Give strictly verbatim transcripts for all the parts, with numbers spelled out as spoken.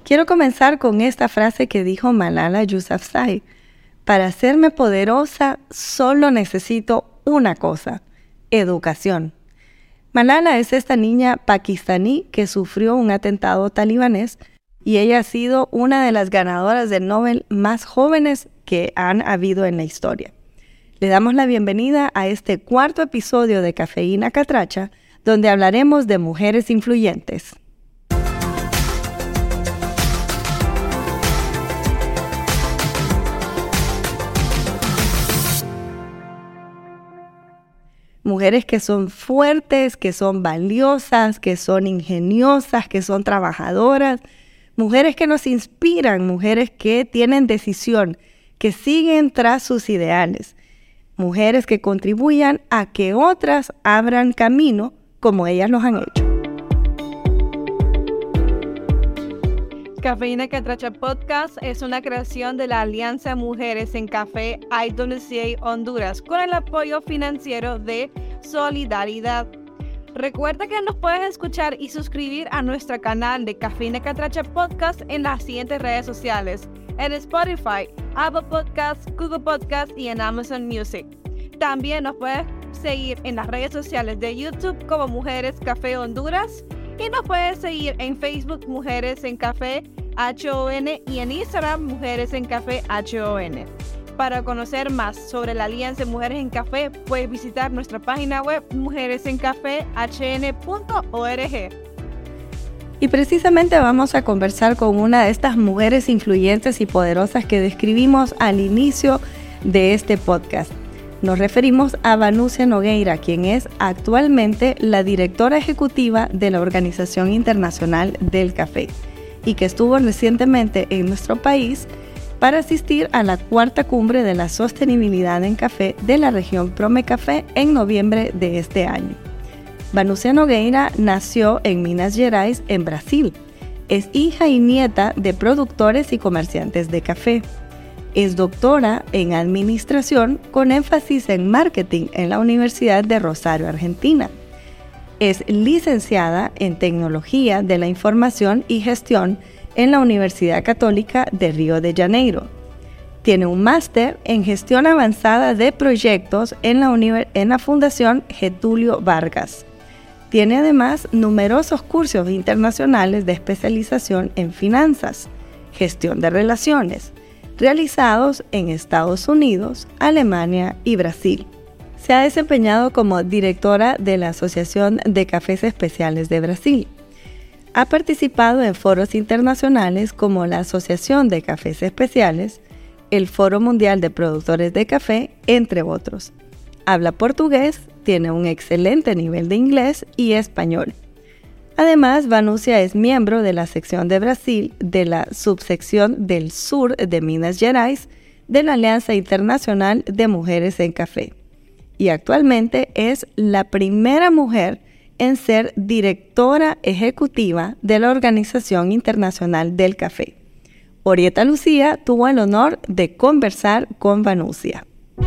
Quiero comenzar con esta frase que dijo Malala Yousafzai. Para hacerme poderosa solo necesito una cosa: educación. Malala es esta niña pakistaní que sufrió un atentado talibanés y ella ha sido una de las ganadoras del Nobel más jóvenes que han habido en la historia. Le damos la bienvenida a este cuarto episodio de Cafeína Catracha, donde hablaremos de mujeres influyentes. Mujeres que son fuertes, que son valiosas, que son ingeniosas, que son trabajadoras. Mujeres que nos inspiran, mujeres que tienen decisión, que siguen tras sus ideales. Mujeres que contribuyan a que otras abran camino como ellas los han hecho. Cafeína Catracha Podcast es una creación de la Alianza Mujeres en Café I W C A Honduras con el apoyo financiero de Solidaridad. Recuerda que nos puedes escuchar y suscribir a nuestro canal de Cafeína Catracha Podcast en las siguientes redes sociales: en Spotify, Apple Podcasts, Google Podcasts y en Amazon Music. También nos puedes seguir en las redes sociales de YouTube como Mujeres Café Honduras y nos puedes seguir en Facebook Mujeres en Café H O N y en Instagram Mujeres en Café H O N. Para conocer más sobre la Alianza Mujeres en Café, puedes visitar nuestra página web mujeres en café h n punto org. Y precisamente vamos a conversar con una de estas mujeres influyentes y poderosas que describimos al inicio de este podcast. Nos referimos a Vanusia Nogueira, quien es actualmente la directora ejecutiva de la Organización Internacional del Café y que estuvo recientemente en nuestro país para asistir a la cuarta cumbre de la sostenibilidad en café de la región Promecafé en noviembre de este año. Vanusia Nogueira nació en Minas Gerais, en Brasil. Es hija y nieta de productores y comerciantes de café. Es doctora en Administración con énfasis en Marketing en la Universidad de Rosario, Argentina. Es licenciada en Tecnología de la Información y Gestión en la Universidad Católica de Río de Janeiro. Tiene un máster en Gestión Avanzada de Proyectos en la, Univer- en la Fundación Getulio Vargas. Tiene además numerosos cursos internacionales de especialización en finanzas, gestión de relaciones, realizados en Estados Unidos, Alemania y Brasil. Se ha desempeñado como directora de la Asociación de Cafés Especiales de Brasil. Ha participado en foros internacionales como la Asociación de Cafés Especiales, el Foro Mundial de Productores de Café, entre otros. Habla portugués, tiene un excelente nivel de inglés y español. Además, Vanusia es miembro de la sección de Brasil de la subsección del sur de Minas Gerais de la Alianza Internacional de Mujeres en Café. Y actualmente es la primera mujer en ser directora ejecutiva de la Organización Internacional del Café. Orieta Lucía tuvo el honor de conversar con Vanusia.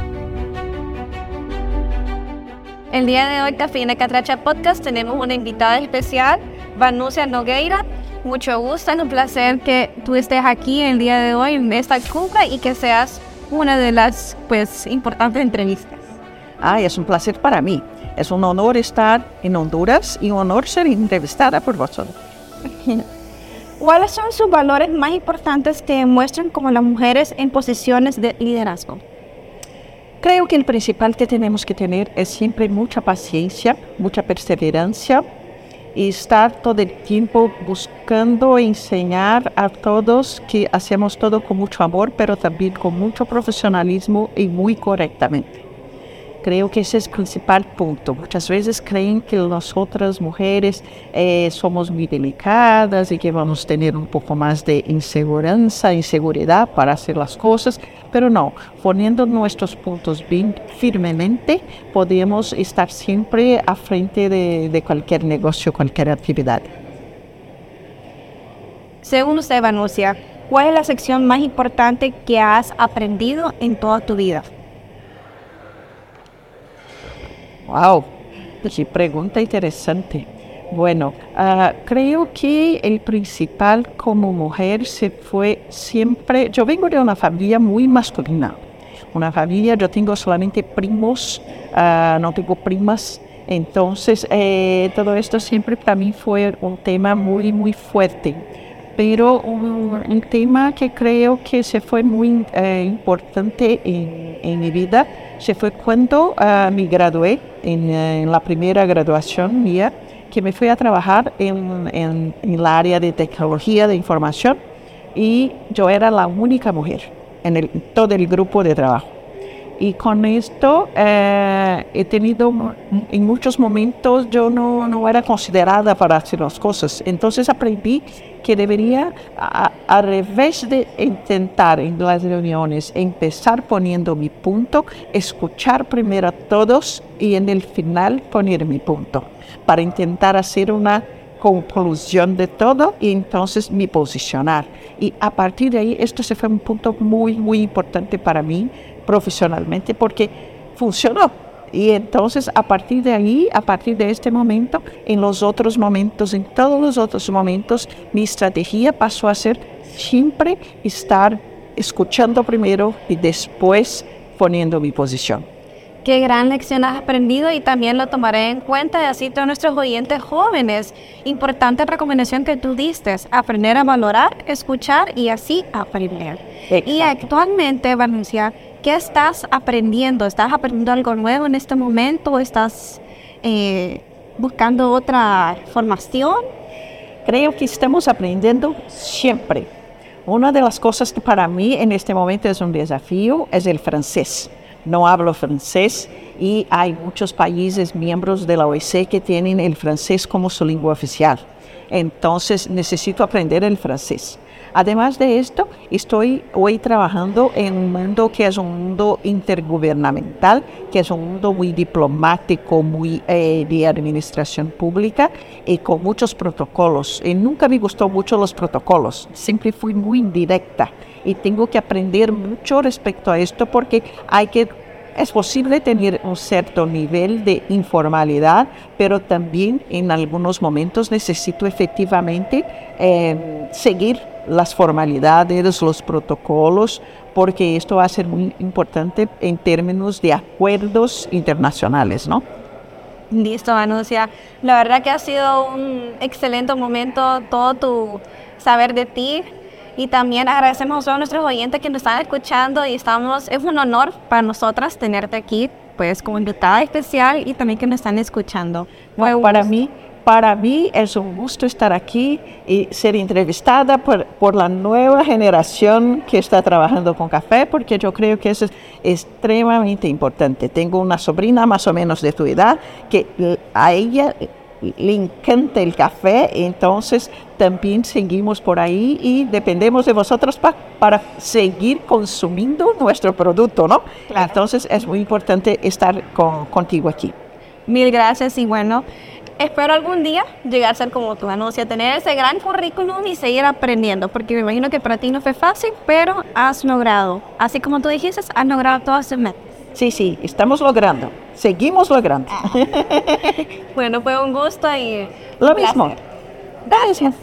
El día de hoy, Cafeína Catracha Podcast, tenemos una invitada especial, Vanusia Nogueira. Mucho gusto, es un placer que tú estés aquí el día de hoy en esta cumbre y que seas una de las pues, importantes entrevistas. Ah, es un placer para mí. Es un honor estar en Honduras y un honor ser entrevistada por vosotros. ¿Cuáles son sus valores más importantes que muestran como las mujeres en posiciones de liderazgo? Creo que el principal que tenemos que tener es siempre mucha paciencia, mucha perseverancia y estar todo el tiempo buscando enseñar a todos que hacemos todo con mucho amor, pero también con mucho profesionalismo y muy correctamente. Creo que ese es el principal punto. Muchas veces creen que nosotras mujeres eh, somos muy delicadas y que vamos a tener un poco más de inseguridad, inseguridad para hacer las cosas, pero no, poniendo nuestros puntos bien firmemente, podemos estar siempre a frente de, de cualquier negocio, cualquier actividad. Según usted, Vanusia, ¿cuál es la sección más importante que has aprendido en toda tu vida? Wow, qué pregunta interesante. Bueno, uh, creo que el principal como mujer se fue siempre... Yo vengo de una familia muy masculina. Una familia, yo tengo solamente primos, uh, no tengo primas. Entonces, eh, todo esto siempre para mí fue un tema muy, muy fuerte. Pero un, un tema que creo que se fue muy eh, importante en, en mi vida, se fue cuando uh, me gradué, en, en la primera graduación mía, que me fui a trabajar en, en, en el área de tecnología de información y yo era la única mujer en el, todo el grupo de trabajo. Y con esto eh, he tenido, en muchos momentos yo no, no era considerada para hacer las cosas. Entonces aprendí que debería, a, a revés de intentar en las reuniones, empezar poniendo mi punto, escuchar primero a todos y en el final poner mi punto, para intentar hacer una conclusión de todo y entonces me posicionar. Y a partir de ahí, esto se fue un punto muy, muy importante para mí profesionalmente porque funcionó. Y entonces a partir de ahí, a partir de este momento, en los otros momentos, en todos los otros momentos, mi estrategia pasó a ser siempre estar escuchando primero y después poniendo mi posición. Qué gran lección has aprendido y también lo tomaré en cuenta y así todos nuestros oyentes jóvenes. Importante recomendación que tú diste, aprender a valorar, escuchar y así aprender. Exacto. Y actualmente, Vanusia, ¿qué estás aprendiendo? ¿Estás aprendiendo algo nuevo en este momento? ¿Estás eh, buscando otra formación? Creo que estamos aprendiendo siempre. Una de las cosas que para mí en este momento es un desafío es el francés. No hablo francés y hay muchos países miembros de la O E C que tienen el francés como su lengua oficial. Entonces necesito aprender el francés. Además de esto, estoy hoy trabajando en un mundo que es un mundo intergubernamental, que es un mundo muy diplomático, muy eh, de administración pública y con muchos protocolos. Y nunca me gustó mucho los protocolos, siempre fui muy indirecta y tengo que aprender mucho respecto a esto porque hay que es posible tener un cierto nivel de informalidad, pero también en algunos momentos necesito efectivamente eh, seguir las formalidades, los protocolos, porque esto va a ser muy importante en términos de acuerdos internacionales, ¿no? Listo, Vanusia. La verdad que ha sido un excelente momento todo tu saber de ti. Y también agradecemos a todos nuestros oyentes que nos están escuchando y estamos, es un honor para nosotras tenerte aquí, pues como invitada especial y también que nos están escuchando. Bueno, para mí, para mí es un gusto estar aquí y ser entrevistada por, por la nueva generación que está trabajando con café, porque yo creo que eso es extremadamente importante. Tengo una sobrina más o menos de tu edad que a ella le encanta el café, entonces también seguimos por ahí y dependemos de vosotros pa, para seguir consumiendo nuestro producto, ¿no? Claro. Entonces es muy importante estar con, contigo aquí. Mil gracias y bueno, espero algún día llegar a ser como tu Vanusia, tener ese gran currículum y seguir aprendiendo, porque me imagino que para ti no fue fácil, pero has logrado, así como tú dijiste, has logrado todas tus metas. Sí, sí, estamos logrando, seguimos logrando. Bueno, fue un gusto y lo mismo. Gracias.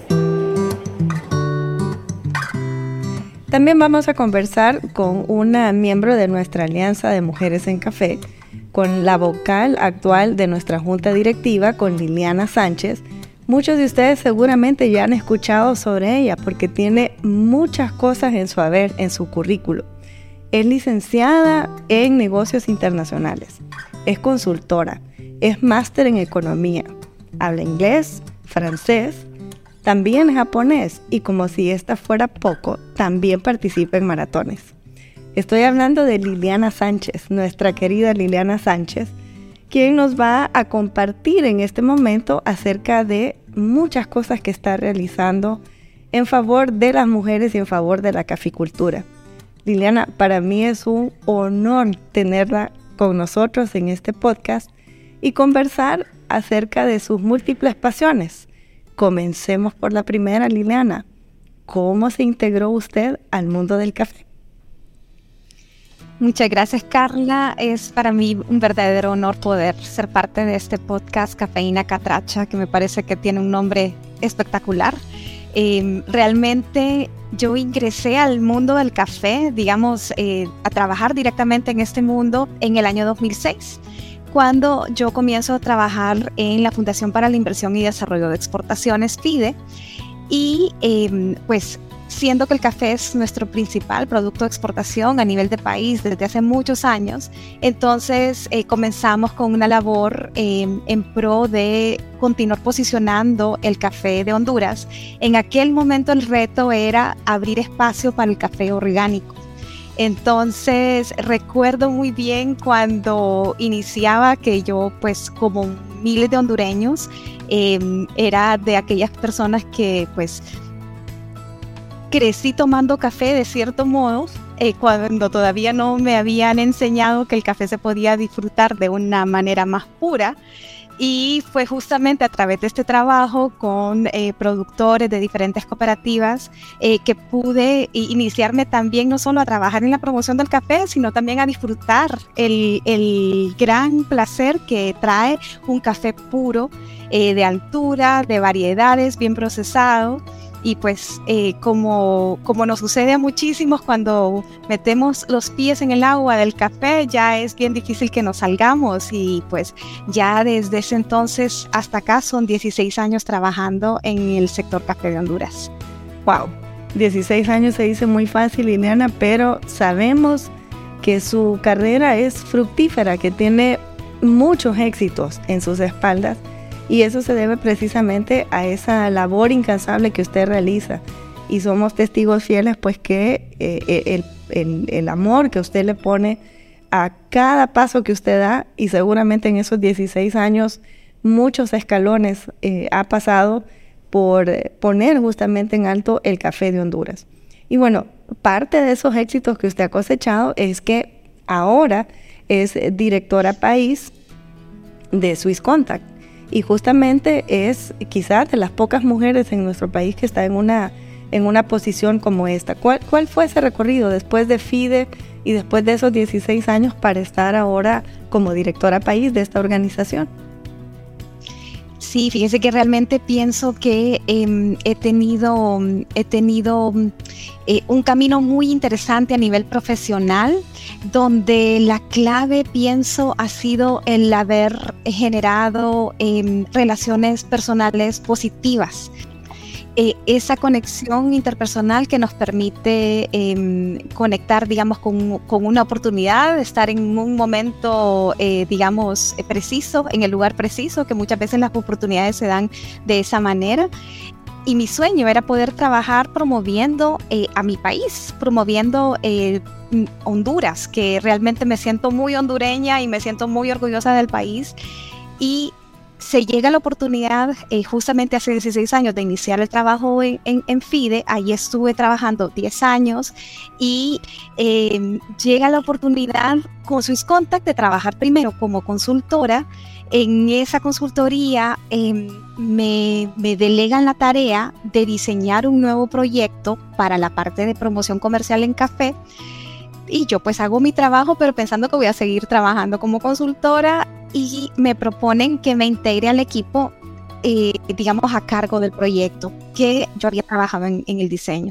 También vamos a conversar con una miembro de nuestra Alianza de Mujeres en Café, con la vocal actual de nuestra junta directiva, con Liliana Sánchez. Muchos de ustedes seguramente ya han escuchado sobre ella porque tiene muchas cosas en su haber, en su currículo. Es licenciada en negocios internacionales, es consultora, es máster en economía, habla inglés, francés, también japonés y como si esta fuera poco, también participa en maratones. Estoy hablando de Liliana Sánchez, nuestra querida Liliana Sánchez, quien nos va a compartir en este momento acerca de muchas cosas que está realizando en favor de las mujeres y en favor de la caficultura. Liliana, para mí es un honor tenerla con nosotros en este podcast y conversar acerca de sus múltiples pasiones. Comencemos por la primera, Liliana. ¿Cómo se integró usted al mundo del café? Muchas gracias, Carla. Es para mí un verdadero honor poder ser parte de este podcast Cafeína Catracha, que me parece que tiene un nombre espectacular. Eh, realmente yo ingresé al mundo del café, digamos, eh, a trabajar directamente en este mundo en el año dos mil seis, cuando yo comienzo a trabajar en la Fundación para la Inversión y Desarrollo de Exportaciones, FIDE, y eh, pues siendo que el café es nuestro principal producto de exportación a nivel de país desde hace muchos años, entonces eh, comenzamos con una labor eh, en pro de continuar posicionando el café de Honduras. En aquel momento el reto era abrir espacio para el café orgánico. Entonces recuerdo muy bien cuando iniciaba que yo, pues como miles de hondureños, eh, era de aquellas personas que pues crecí tomando café de cierto modo, eh, cuando todavía no me habían enseñado que el café se podía disfrutar de una manera más pura. Y fue justamente a través de este trabajo con eh, productores de diferentes cooperativas eh, que pude iniciarme también no solo a trabajar en la promoción del café, sino también a disfrutar el, el gran placer que trae un café puro, eh, de altura, de variedades, bien procesado. Y pues eh, como, como nos sucede a muchísimos, cuando metemos los pies en el agua del café ya es bien difícil que nos salgamos, y pues ya desde ese entonces hasta acá son dieciséis años trabajando en el sector café de Honduras. Wow, dieciséis años se dice muy fácil, Liliana, pero sabemos que su carrera es fructífera, que tiene muchos éxitos en sus espaldas. Y eso se debe precisamente a esa labor incansable que usted realiza. Y somos testigos fieles, pues, que eh, el, el, el amor que usted le pone a cada paso que usted da, y seguramente en esos dieciséis años muchos escalones eh, ha pasado por poner justamente en alto el café de Honduras. Y bueno, parte de esos éxitos que usted ha cosechado es que ahora es directora país de Swiss Contact. Y justamente es quizás de las pocas mujeres en nuestro país que está en una, en una posición como esta. ¿Cuál, ¿Cuál fue ese recorrido después de FIDE y después de esos dieciséis años para estar ahora como directora país de esta organización? Sí, fíjese que realmente pienso que eh, he tenido, he tenido eh, un camino muy interesante a nivel profesional, donde la clave, pienso, ha sido el haber generado eh, relaciones personales positivas. Eh, esa conexión interpersonal que nos permite eh, conectar, digamos, con, con una oportunidad, de estar en un momento, eh, digamos, preciso, en el lugar preciso, que muchas veces las oportunidades se dan de esa manera. Y mi sueño era poder trabajar promoviendo eh, a mi país, promoviendo eh, Honduras, que realmente me siento muy hondureña y me siento muy orgullosa del país. Y se llega la oportunidad eh, justamente hace dieciséis años de iniciar el trabajo en, en, en FIDE. Ahí estuve trabajando diez años y eh, llega la oportunidad con Swiss Contact de trabajar primero como consultora. En esa consultoría eh, me, me delegan la tarea de diseñar un nuevo proyecto para la parte de promoción comercial en café. Y yo pues hago mi trabajo, pero pensando que voy a seguir trabajando como consultora, y me proponen que me integre al equipo, eh, digamos, a cargo del proyecto, que yo había trabajado en, en el diseño.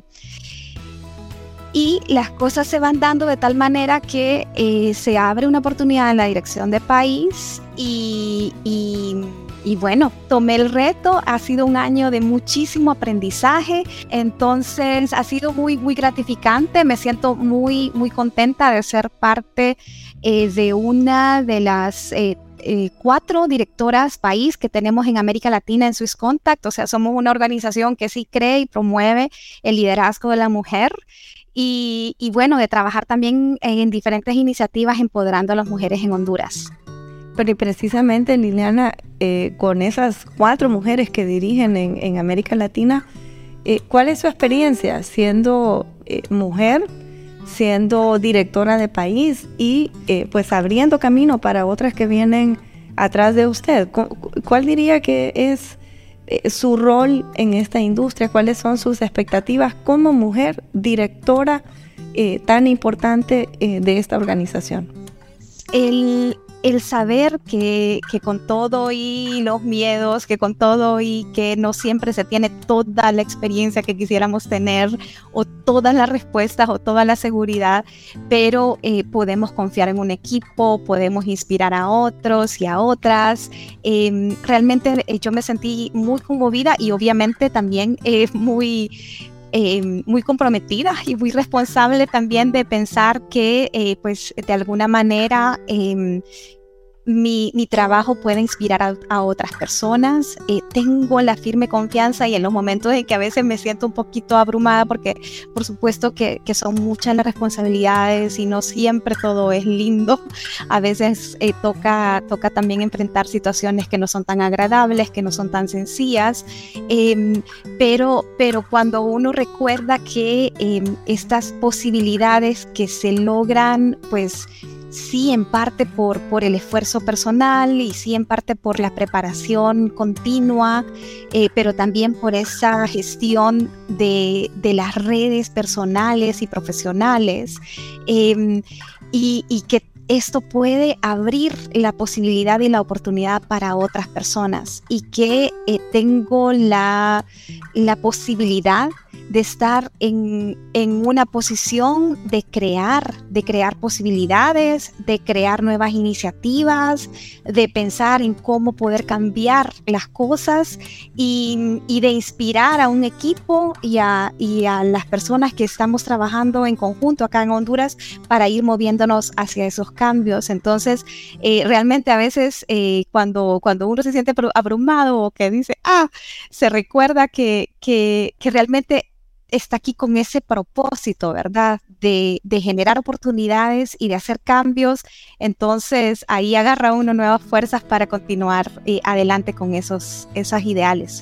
Y las cosas se van dando de tal manera que eh, se abre una oportunidad en la dirección de país y, y, y bueno, tomé el reto. Ha sido un año de muchísimo aprendizaje, entonces ha sido muy, muy gratificante. Me siento muy, muy contenta de ser parte eh, de una de las eh, Eh, cuatro directoras país que tenemos en América Latina en Swiss Contact. O sea, somos una organización que sí cree y promueve el liderazgo de la mujer, y, y bueno, de trabajar también en diferentes iniciativas empoderando a las mujeres en Honduras. Pero precisamente, Liliana, eh, con esas cuatro mujeres que dirigen en, en América Latina, eh, ¿cuál es su experiencia siendo eh, mujer, siendo directora de país y eh, pues abriendo camino para otras que vienen atrás de usted? ¿Cuál diría que es eh, su rol en esta industria? ¿Cuáles son sus expectativas como mujer directora eh, tan importante eh, de esta organización? El, el saber que, que con todo y los miedos, que con todo y que no siempre se tiene toda la experiencia que quisiéramos tener o todas las respuestas o toda la seguridad, pero eh, podemos confiar en un equipo, podemos inspirar a otros y a otras. Eh, realmente eh, yo me sentí muy conmovida y obviamente también eh, muy... Eh, muy comprometida y muy responsable también de pensar que eh, pues de alguna manera eh, mi, mi trabajo puede inspirar a, a otras personas. Eh, tengo la firme confianza y en los momentos en que a veces me siento un poquito abrumada porque por supuesto que, que son muchas las responsabilidades y no siempre todo es lindo. A veces eh, toca, toca también enfrentar situaciones que no son tan agradables, que no son tan sencillas, eh, pero, pero cuando uno recuerda que eh, estas posibilidades que se logran, pues sí en parte por, por el esfuerzo personal y sí en parte por la preparación continua, eh, pero también por esa gestión de, de las redes personales y profesionales, eh, y, y que esto puede abrir la posibilidad y la oportunidad para otras personas y que eh, tengo la, la posibilidad de estar en, en una posición de crear, de crear posibilidades, de crear nuevas iniciativas, de pensar en cómo poder cambiar las cosas y, y de inspirar a un equipo y a, y a las personas que estamos trabajando en conjunto acá en Honduras para ir moviéndonos hacia esos cambios. Entonces, eh, realmente a veces eh, cuando, cuando uno se siente abrumado o que dice, ah, se recuerda que, que, que realmente está aquí con ese propósito, ¿verdad? De, de generar oportunidades y de hacer cambios. Entonces, ahí agarra uno nuevas fuerzas para continuar eh, adelante con esos, esos ideales.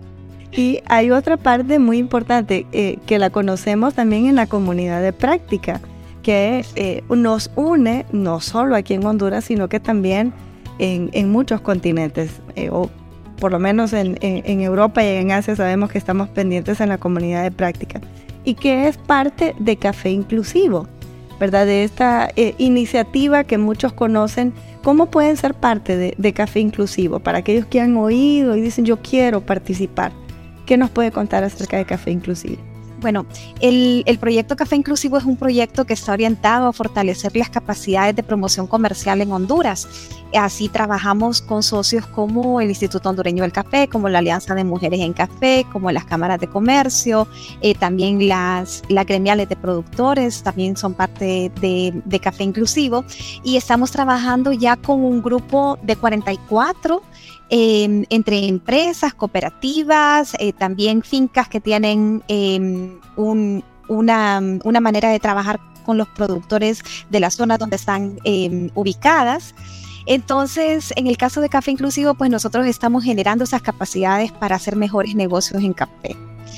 Y hay otra parte muy importante eh, que la conocemos también en la comunidad de práctica, que eh, nos une no solo aquí en Honduras, sino que también en, en muchos continentes, eh, o por lo menos en, en, en Europa y en Asia sabemos que estamos pendientes en la comunidad de práctica, y que es parte de Café Inclusivo, ¿verdad? De esta eh, iniciativa que muchos conocen. ¿Cómo pueden ser parte de, de Café Inclusivo? Para aquellos que han oído y dicen yo quiero participar, ¿qué nos puede contar acerca de Café Inclusivo? Bueno, el, el proyecto Café Inclusivo es un proyecto que está orientado a fortalecer las capacidades de promoción comercial en Honduras. Así trabajamos con socios como el Instituto Hondureño del Café, como la Alianza de Mujeres en Café, como las cámaras de comercio, eh, también las, las gremiales de productores, también son parte de, de Café Inclusivo. Y estamos trabajando ya con un grupo de cuarenta y cuatro Eh, entre empresas, cooperativas, eh, también fincas que tienen eh, un, una, una manera de trabajar con los productores de la zona donde están eh, ubicadas. Entonces, en el caso de Café Inclusivo, pues nosotros estamos generando esas capacidades para hacer mejores negocios en café.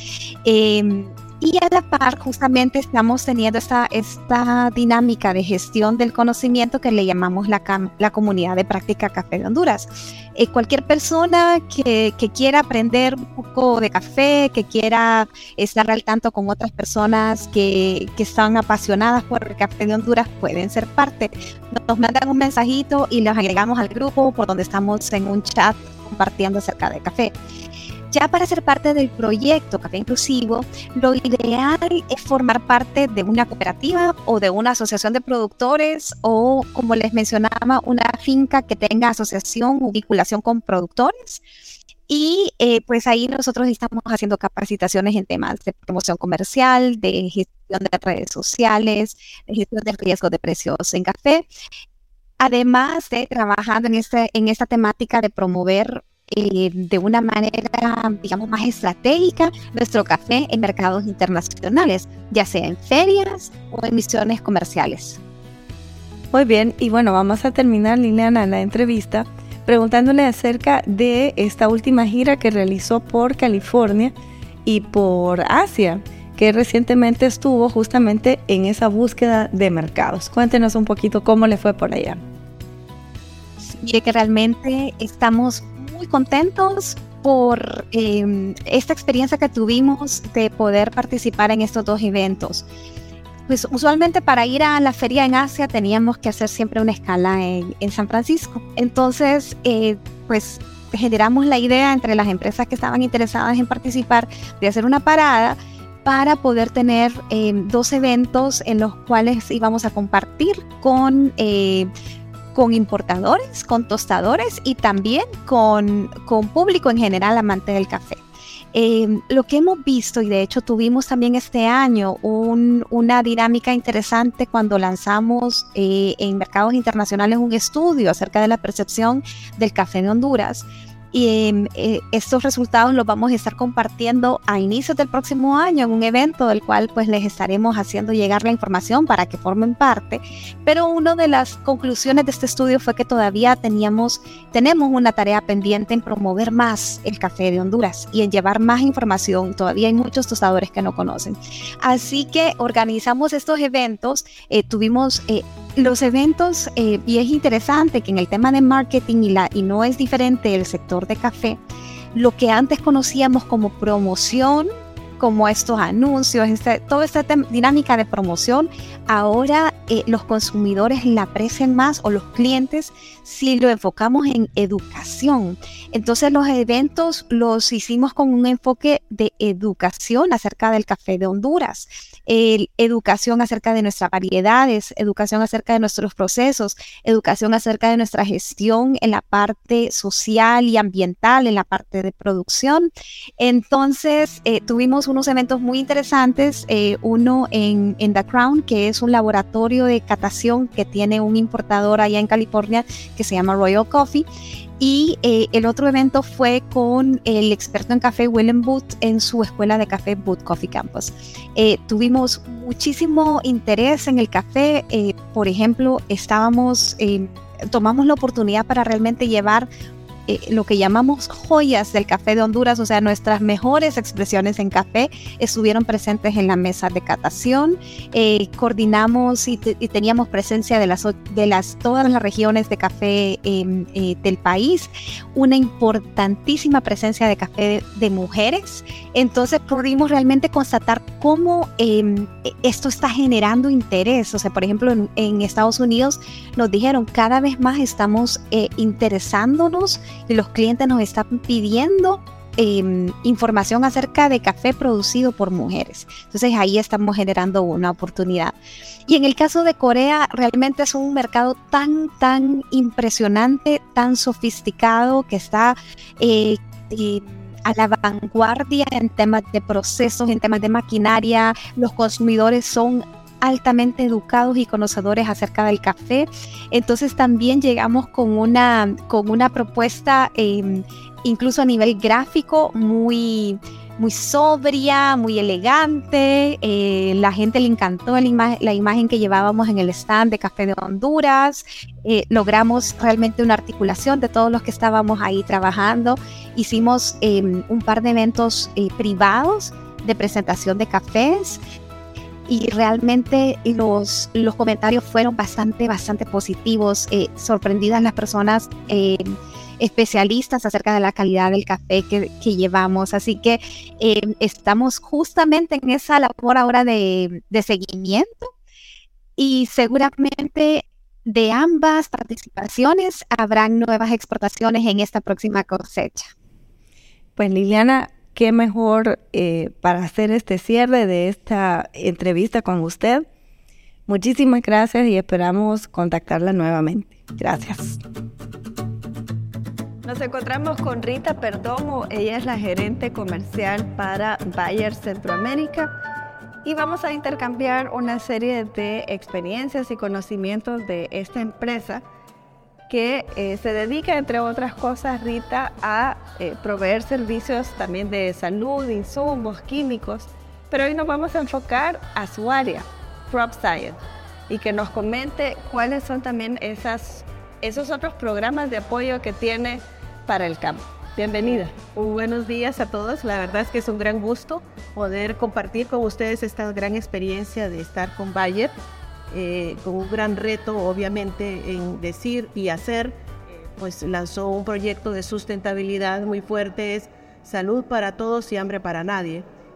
Eh, Y a la par, justamente estamos teniendo esta, esta dinámica de gestión del conocimiento que le llamamos la, la Comunidad de Práctica Café de Honduras. Eh, cualquier persona que, que quiera aprender un poco de café, que quiera estar al tanto con otras personas que, que están apasionadas por el café de Honduras, pueden ser parte. Nos mandan un mensajito y los agregamos al grupo por donde estamos en un chat compartiendo acerca de café. Ya para ser parte del proyecto Café Inclusivo, lo ideal es formar parte de una cooperativa o de una asociación de productores o, como les mencionaba, una finca que tenga asociación o vinculación con productores. Y eh, pues ahí nosotros estamos haciendo capacitaciones en temas de promoción comercial, de gestión de redes sociales, de gestión de riesgos de precios en café, además de trabajando en, este, en esta temática de promover Eh, de una manera, digamos, más estratégica nuestro café en mercados internacionales, ya sea en ferias o en misiones comerciales. Muy bien, y bueno, vamos a terminar, Liliana, la entrevista preguntándole acerca de esta última gira que realizó por California y por Asia, que recientemente estuvo justamente en esa búsqueda de mercados. Cuéntenos un poquito cómo le fue por allá. Mire que realmente estamos muy contentos por eh, esta experiencia que tuvimos de poder participar en estos dos eventos. pues usualmente para ir a la feria en Asia teníamos que hacer siempre una escala en, en San Francisco. Entonces, eh, pues generamos la idea entre las empresas que estaban interesadas en participar de hacer una parada para poder tener eh, dos eventos en los cuales íbamos a compartir con, eh, con importadores, con tostadores y también con, con público en general amante del café. Eh, lo que hemos visto, y de hecho tuvimos también este año un, una dinámica interesante cuando lanzamos eh, en mercados internacionales un estudio acerca de la percepción del café de Honduras. Y eh, estos resultados los vamos a estar compartiendo a inicios del próximo año en un evento del cual pues les estaremos haciendo llegar la información para que formen parte. Pero una de las conclusiones de este estudio fue que todavía teníamos, tenemos una tarea pendiente en promover más el café de Honduras y en llevar más información. Todavía hay muchos tostadores que no conocen. Así que organizamos estos eventos, eh, tuvimos... Eh, Los eventos, eh, y es interesante que en el tema de marketing, y, la, y no es diferente el sector de café, lo que antes conocíamos como promoción, como estos anuncios, este, toda esta dinámica de promoción, ahora eh, los consumidores la aprecian más, o los clientes, si lo enfocamos en educación. Entonces los eventos los hicimos con un enfoque de educación acerca del café de Honduras, eh, educación acerca de nuestras variedades, educación acerca de nuestros procesos, educación acerca de nuestra gestión en la parte social y ambiental, en la parte de producción. Entonces eh, tuvimos unos eventos muy interesantes, eh, uno en, en The Crown, que es un laboratorio de catación que tiene un importador allá en California que se llama Royal Coffee, y eh, el otro evento fue con el experto en café Willem Booth en su escuela de café Booth Coffee Campus. Eh, tuvimos muchísimo interés en el café, eh, por ejemplo, estábamos, eh, tomamos la oportunidad para realmente llevar Eh, lo que llamamos joyas del café de Honduras, o sea, nuestras mejores expresiones en café estuvieron presentes en la mesa de catación. Eh, coordinamos y, te, y teníamos presencia de las, de las todas las regiones de café eh, eh, del país, una importantísima presencia de café de, de mujeres. Entonces pudimos realmente constatar cómo eh, esto está generando interés. O sea, por ejemplo, en, en Estados Unidos nos dijeron, cada vez más estamos eh, interesándonos, y los clientes nos están pidiendo eh, información acerca de café producido por mujeres. Entonces ahí estamos generando una oportunidad. Y en el caso de Corea, realmente es un mercado tan, tan impresionante, tan sofisticado, que está eh, eh, a la vanguardia en temas de procesos, en temas de maquinaria. Los consumidores son altamente educados y conocedores acerca del café. Entonces también llegamos con una, con una propuesta eh, incluso a nivel gráfico muy, muy sobria, muy elegante. Eh, la gente le encantó la, ima- la imagen que llevábamos en el stand de Café de Honduras. Eh, logramos realmente una articulación de todos los que estábamos ahí trabajando. Hicimos eh, un par de eventos eh, privados de presentación de cafés, y realmente los, los comentarios fueron bastante, bastante positivos, eh, sorprendidas las personas eh, especialistas acerca de la calidad del café que, que llevamos. Así que eh, estamos justamente en esa labor ahora de, de seguimiento, y seguramente de ambas participaciones habrán nuevas exportaciones en esta próxima cosecha. Pues Liliana, qué mejor eh, para hacer este cierre de esta entrevista con usted. Muchísimas gracias y esperamos contactarla nuevamente. Gracias. Nos encontramos con Rita Perdomo. Ella es la gerente comercial para Bayer Centroamérica, y vamos a intercambiar una serie de experiencias y conocimientos de esta empresa que eh, se dedica, entre otras cosas, Rita, a eh, proveer servicios también de salud, insumos, químicos, pero hoy nos vamos a enfocar a su área, Crop Science, y que nos comente cuáles son también esas, esos otros programas de apoyo que tiene para el campo. Bienvenida. Muy buenos días a todos. La verdad es que es un gran gusto poder compartir con ustedes esta gran experiencia de estar con Bayer. Eh, con un gran reto, obviamente, en decir y hacer. Eh, pues lanzó un proyecto de sustentabilidad muy fuerte, es salud para todos y hambre para nadie.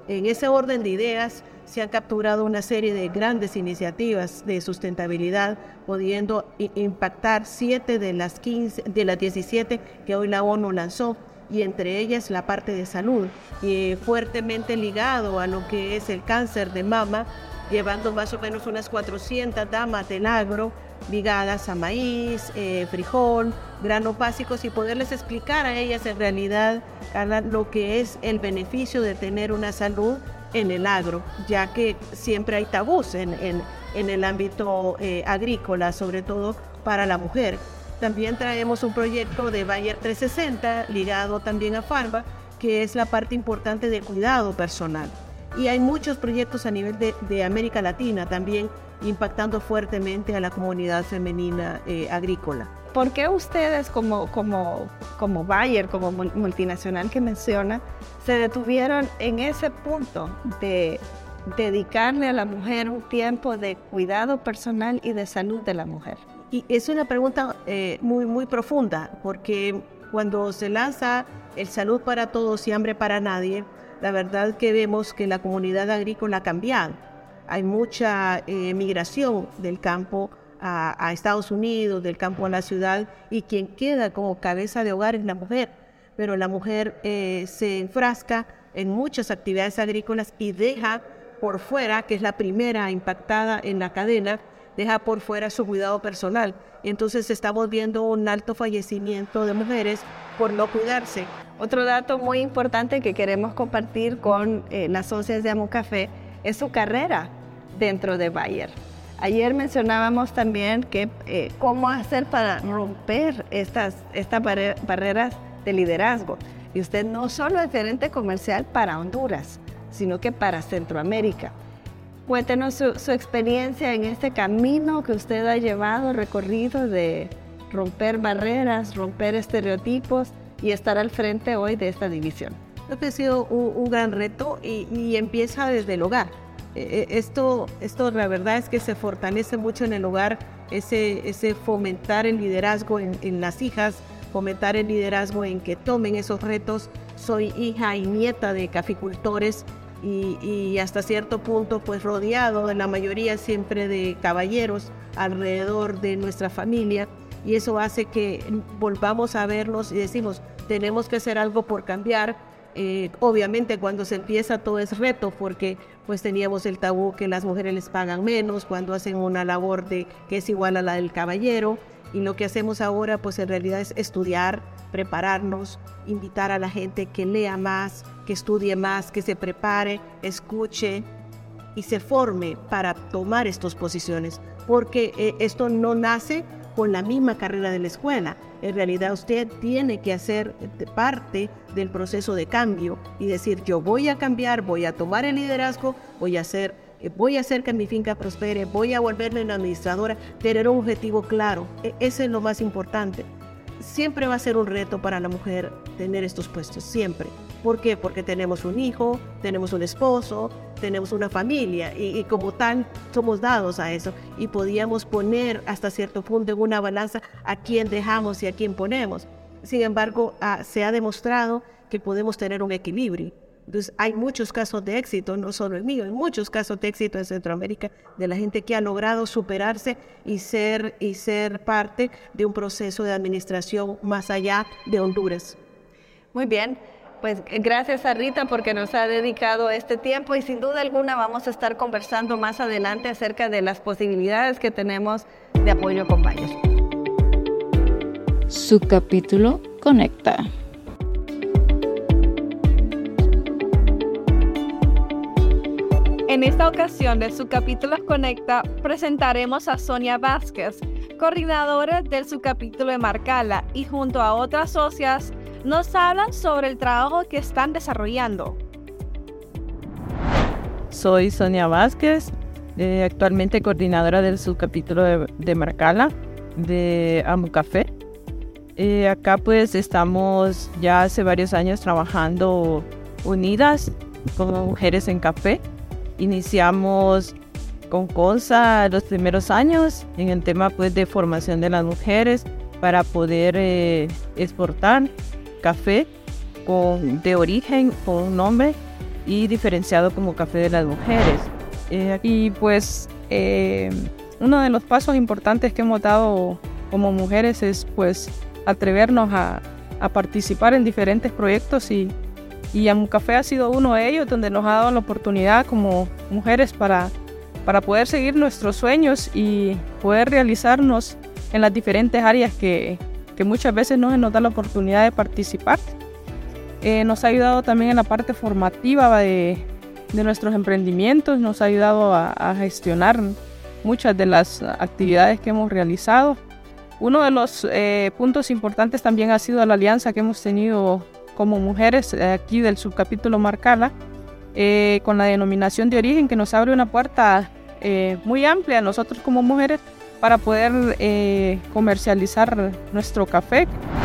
En ese orden de ideas se han capturado una serie de grandes iniciativas de sustentabilidad, pudiendo impactar siete de las quince, de las diecisiete que hoy la ONU lanzó, y entre ellas la parte de salud, y fuertemente ligado a lo que es el cáncer de mama, llevando más o menos unas cuatrocientas damas del agro ligadas a maíz, eh, frijol, granos básicos, y poderles explicar a ellas en realidad, Carla, lo que es el beneficio de tener una salud en el agro, ya que siempre hay tabús en, en, en el ámbito eh, agrícola, sobre todo para la mujer. También traemos un proyecto de Bayer trescientos sesenta ligado también a Pharma, que es la parte importante de cuidado personal. Y hay muchos proyectos a nivel de, de América Latina también impactando fuertemente a la comunidad femenina eh, agrícola. ¿Por qué ustedes como, como, como Bayer, como multinacional que menciona, se detuvieron en ese punto de dedicarle a la mujer un tiempo de cuidado personal y de salud de la mujer? Y es una pregunta eh, muy, muy profunda, porque cuando se lanza el Salud para Todos y Hambre para Nadie, la verdad que vemos que la comunidad agrícola ha cambiado. Hay mucha eh, migración del campo a, a Estados Unidos, del campo a la ciudad, y quien queda como cabeza de hogar es la mujer. Pero la mujer eh, se enfrasca en muchas actividades agrícolas y deja por fuera, que es la primera impactada en la cadena, deja por fuera su cuidado personal. Entonces estamos viendo un alto fallecimiento de mujeres por no cuidarse. Otro dato muy importante que queremos compartir con eh, las socias de Amucafé es su carrera dentro de Bayer. Ayer mencionábamos también que eh, cómo hacer para romper estas, estas barre- barreras de liderazgo. Y usted no solo es gerente comercial para Honduras, sino que para Centroamérica. Cuéntenos su, su experiencia en este camino que usted ha llevado, recorrido de romper barreras, romper estereotipos y estar al frente hoy de esta división. Creo que ha sido un, un gran reto y, y empieza desde el hogar. Eh, esto, esto la verdad es que se fortalece mucho en el hogar, ese, ese fomentar el liderazgo en, en las hijas, fomentar el liderazgo en que tomen esos retos. Soy hija y nieta de caficultores y, y hasta cierto punto pues rodeado de la mayoría siempre de caballeros alrededor de nuestra familia, y eso hace que volvamos a vernos y decimos, tenemos que hacer algo por cambiar. Eh, obviamente cuando se empieza todo es reto, porque pues teníamos el tabú que las mujeres les pagan menos cuando hacen una labor de, que es igual a la del caballero, y lo que hacemos ahora pues en realidad es estudiar, prepararnos, invitar a la gente que lea más, que estudie más, que se prepare, escuche y se forme para tomar estas posiciones, porque eh, esto no nace con la misma carrera de la escuela. En realidad usted tiene que hacer parte del proceso de cambio y decir, yo voy a cambiar, voy a tomar el liderazgo, voy a hacer, voy a hacer que mi finca prospere, voy a volverme una administradora, tener un objetivo claro. Ese es lo más importante. Siempre va a ser un reto para la mujer tener estos puestos, siempre. ¿Por qué? Porque tenemos un hijo, tenemos un esposo, tenemos una familia y, y como tal somos dados a eso, y podíamos poner hasta cierto punto en una balanza a quién dejamos y a quién ponemos. Sin embargo, ah, se ha demostrado que podemos tener un equilibrio. Entonces hay muchos casos de éxito, no solo el mío, hay muchos casos de éxito en Centroamérica de la gente que ha logrado superarse y ser, y ser parte de un proceso de administración más allá de Honduras. Muy bien. Pues gracias a Rita porque nos ha dedicado este tiempo, y sin duda alguna vamos a estar conversando más adelante acerca de las posibilidades que tenemos de apoyo con Bayer. Su capítulo Conecta. En esta ocasión de Su capítulo Conecta presentaremos a Sonia Vázquez, coordinadora del subcapítulo de Marcala, y junto a otras socias nos hablan sobre el trabajo que están desarrollando. Soy Sonia Vázquez, eh, actualmente coordinadora del subcapítulo de, de Marcala, de Amucafé. Eh, acá pues estamos ya hace varios años trabajando unidas como mujeres en café. Iniciamos con CONSA los primeros años en el tema pues de formación de las mujeres para poder eh, exportar café con, de origen con un nombre, y diferenciado como café de las mujeres. Eh, y pues eh, uno de los pasos importantes que hemos dado como mujeres es pues atrevernos a, a participar en diferentes proyectos y, y Amucafé ha sido uno de ellos, donde nos ha dado la oportunidad como mujeres para, para poder seguir nuestros sueños y poder realizarnos en las diferentes áreas que, que muchas veces no se nos da la oportunidad de participar. Eh, nos ha ayudado también en la parte formativa de, de nuestros emprendimientos, nos ha ayudado a, a gestionar muchas de las actividades que hemos realizado. Uno de los eh, puntos importantes también ha sido la alianza que hemos tenido como mujeres eh, aquí del subcapítulo Marcala, eh, con la denominación de origen, que nos abre una puerta eh, muy amplia a nosotros como mujeres para poder eh, comercializar nuestro café.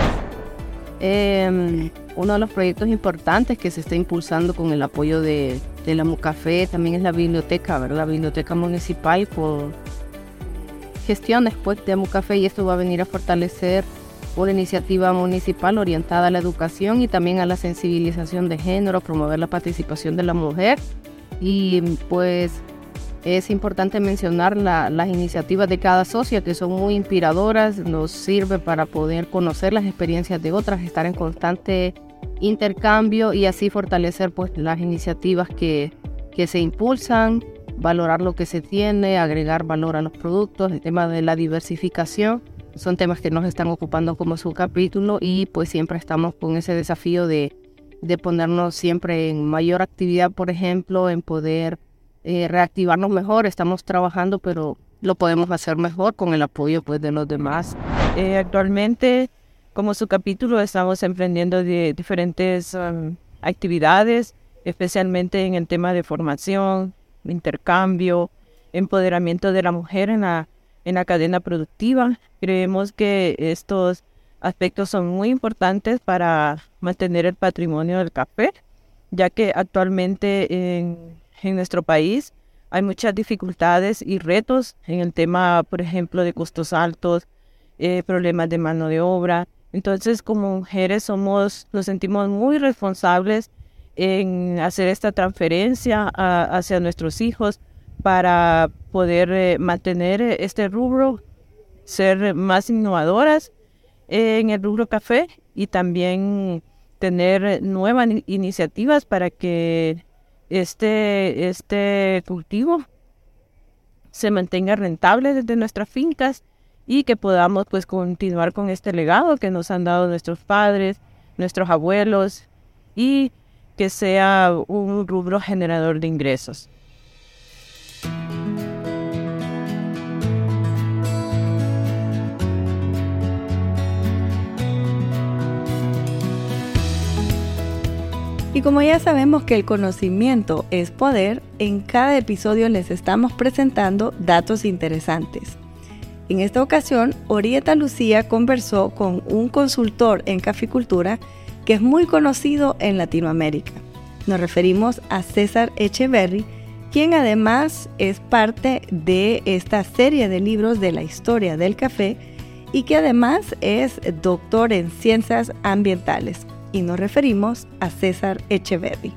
Eh, uno de los proyectos importantes que se está impulsando con el apoyo de, de la Amucafé también es la biblioteca, ¿verdad? La biblioteca municipal por gestión después de Amucafé, y esto va a venir a fortalecer una iniciativa municipal orientada a la educación y también a la sensibilización de género, promover la participación de la mujer. Y pues es importante mencionar la, las iniciativas de cada socia, que son muy inspiradoras, nos sirve para poder conocer las experiencias de otras, estar en constante intercambio y así fortalecer pues las iniciativas que, que se impulsan, valorar lo que se tiene, agregar valor a los productos. El tema de la diversificación son temas que nos están ocupando como subcapítulo y pues siempre estamos con ese desafío de, de ponernos siempre en mayor actividad, por ejemplo, en poder eh, reactivarnos mejor. Estamos trabajando, pero lo podemos hacer mejor con el apoyo pues de los demás. Eh, actualmente, como subcapítulo, estamos emprendiendo de diferentes um, actividades, especialmente en el tema de formación, intercambio, empoderamiento de la mujer en la, en la cadena productiva. Creemos que estos aspectos son muy importantes para mantener el patrimonio del café, ya que actualmente en, en nuestro país hay muchas dificultades y retos en el tema, por ejemplo, de costos altos, eh, problemas de mano de obra. Entonces, como mujeres somos, nos sentimos muy responsables en hacer esta transferencia a, hacia nuestros hijos para poder eh, mantener este rubro, ser más innovadoras eh, en el rubro café y también tener nuevas iniciativas para que este, este cultivo se mantenga rentable desde nuestras fincas y que podamos pues continuar con este legado que nos han dado nuestros padres, nuestros abuelos, y que sea un rubro generador de ingresos. Y como ya sabemos que el conocimiento es poder, en cada episodio les estamos presentando datos interesantes. En esta ocasión, Orieta Lucía conversó con un consultor en caficultura que es muy conocido en Latinoamérica. Nos referimos a César Echeverry, quien además es parte de esta serie de libros de la historia del café y que además es doctor en ciencias ambientales. Y nos referimos a César Echeverry.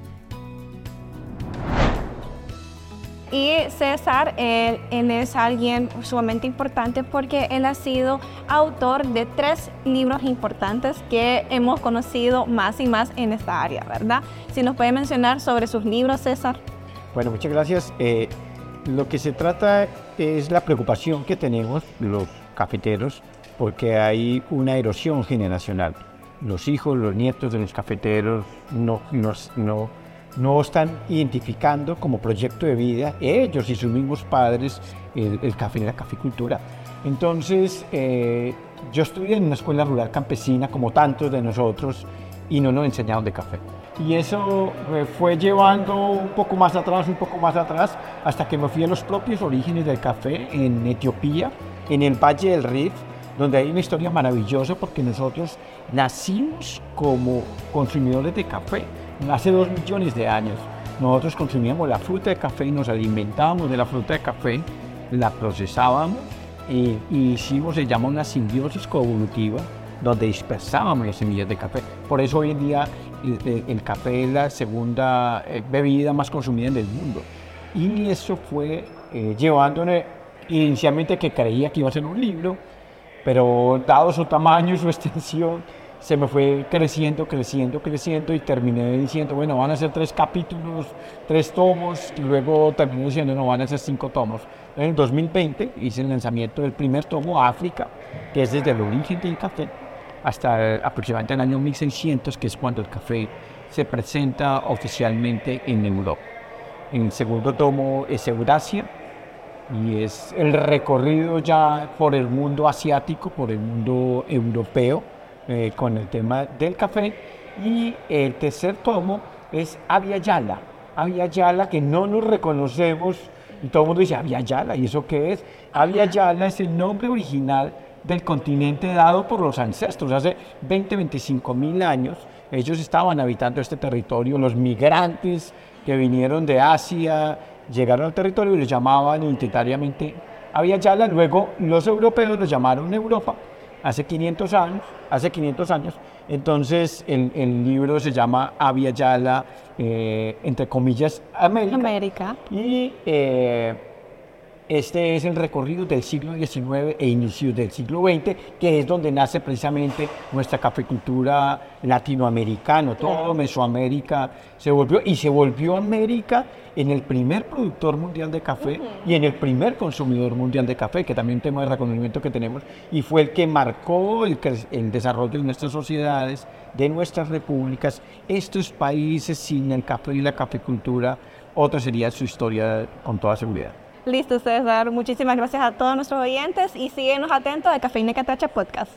Y César, él, él es alguien sumamente importante porque él ha sido autor de tres libros importantes que hemos conocido más y más en esta área, ¿verdad? Si nos puede mencionar sobre sus libros, César. Bueno, muchas gracias. Eh, lo que se trata es la preocupación que tenemos los cafeteros porque hay una erosión generacional. Los hijos, los nietos de los cafeteros no, no, no, no están identificando como proyecto de vida ellos y sus mismos padres el, el café y la caficultura. Entonces, eh, yo estudié en una escuela rural campesina como tantos de nosotros y no nos enseñaron de café. Y eso me fue llevando un poco más atrás, un poco más atrás, hasta que me fui a los propios orígenes del café en Etiopía, en el Valle del Rift, donde hay una historia maravillosa porque nosotros nacimos como consumidores de café hace dos millones de años. Nosotros consumíamos la fruta de café y nos alimentábamos de la fruta de café, la procesábamos y, y hicimos, se llama una simbiosis coevolutiva, donde dispersábamos las semillas de café. Por eso hoy en día el, el café es la segunda eh, bebida más consumida en el mundo. Y eso fue eh, llevándome inicialmente que creía que iba a ser un libro, pero dado su tamaño y su extensión, se me fue creciendo, creciendo, creciendo y terminé diciendo, bueno, van a ser tres capítulos, tres tomos, y luego terminé diciendo, no, van a ser cinco tomos. En el dos mil veinte hice el lanzamiento del primer tomo, África, que es desde el origen del café hasta aproximadamente el año mil seiscientos, que es cuando el café se presenta oficialmente en Europa. En el segundo tomo es Eurasia, y es el recorrido ya por el mundo asiático, por el mundo europeo, eh, con el tema del café. Y el tercer tomo es Abya Yala, Abya Yala, que no nos reconocemos, y todo el mundo dice, Abya Yala, ¿y eso qué es? Abya Yala es el nombre original del continente dado por los ancestros. Hace veinte, veinticinco mil años, ellos estaban habitando este territorio, los migrantes que vinieron de Asia, llegaron al territorio y lo llamaban identitariamente Abya Yala. Luego los europeos lo llamaron Europa hace quinientos años. Hace quinientos años. Entonces el, el libro se llama Abya Yala, eh, entre comillas, América. América. Y eh, este es el recorrido del siglo diecinueve e inicio del siglo veinte, que es donde nace precisamente nuestra cafecultura latinoamericana. Todo Mesoamérica se volvió, y se volvió América en el primer productor mundial de café y en el primer consumidor mundial de café, que también es un tema de reconocimiento que tenemos, y fue el que marcó el, el desarrollo de nuestras sociedades, de nuestras repúblicas. Estos países sin el café y la cafecultura, otra sería su historia con toda seguridad. Listo, César. Muchísimas gracias a todos nuestros oyentes y síguenos atentos a Cafeína y Catracha Podcast.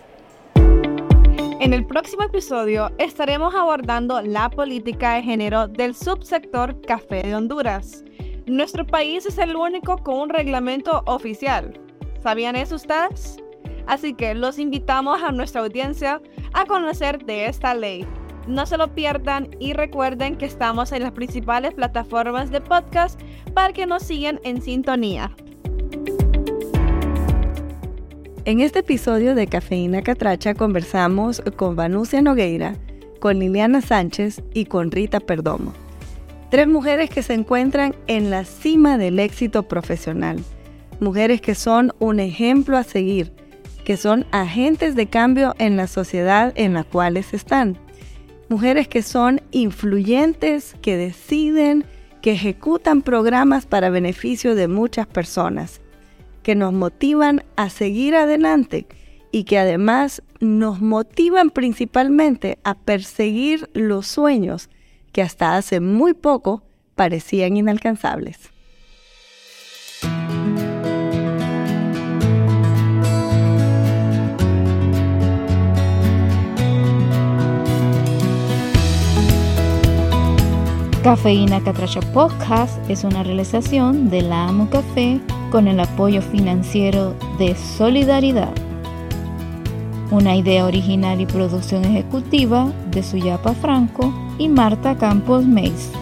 En el próximo episodio estaremos abordando la política de género del subsector café de Honduras. Nuestro país es el único con un reglamento oficial. ¿Sabían eso ustedes? Así que los invitamos a nuestra audiencia a conocer de esta ley. No se lo pierdan y recuerden que estamos en las principales plataformas de podcast para que nos sigan en sintonía. En este episodio de Cafeína Catracha conversamos con Vanucia Nogueira, con Liliana Sánchez y con Rita Perdomo. Tres mujeres que se encuentran en la cima del éxito profesional. Mujeres que son un ejemplo a seguir, que son agentes de cambio en la sociedad en la cual están. Mujeres que son influyentes, que deciden, que ejecutan programas para beneficio de muchas personas, que nos motivan a seguir adelante y que además nos motivan principalmente a perseguir los sueños que hasta hace muy poco parecían inalcanzables. Cafeína Catracha Podcast es una realización de la Amo Café con el apoyo financiero de Solidaridad. Una idea original y producción ejecutiva de Suyapa Franco y Marta Campos Meis.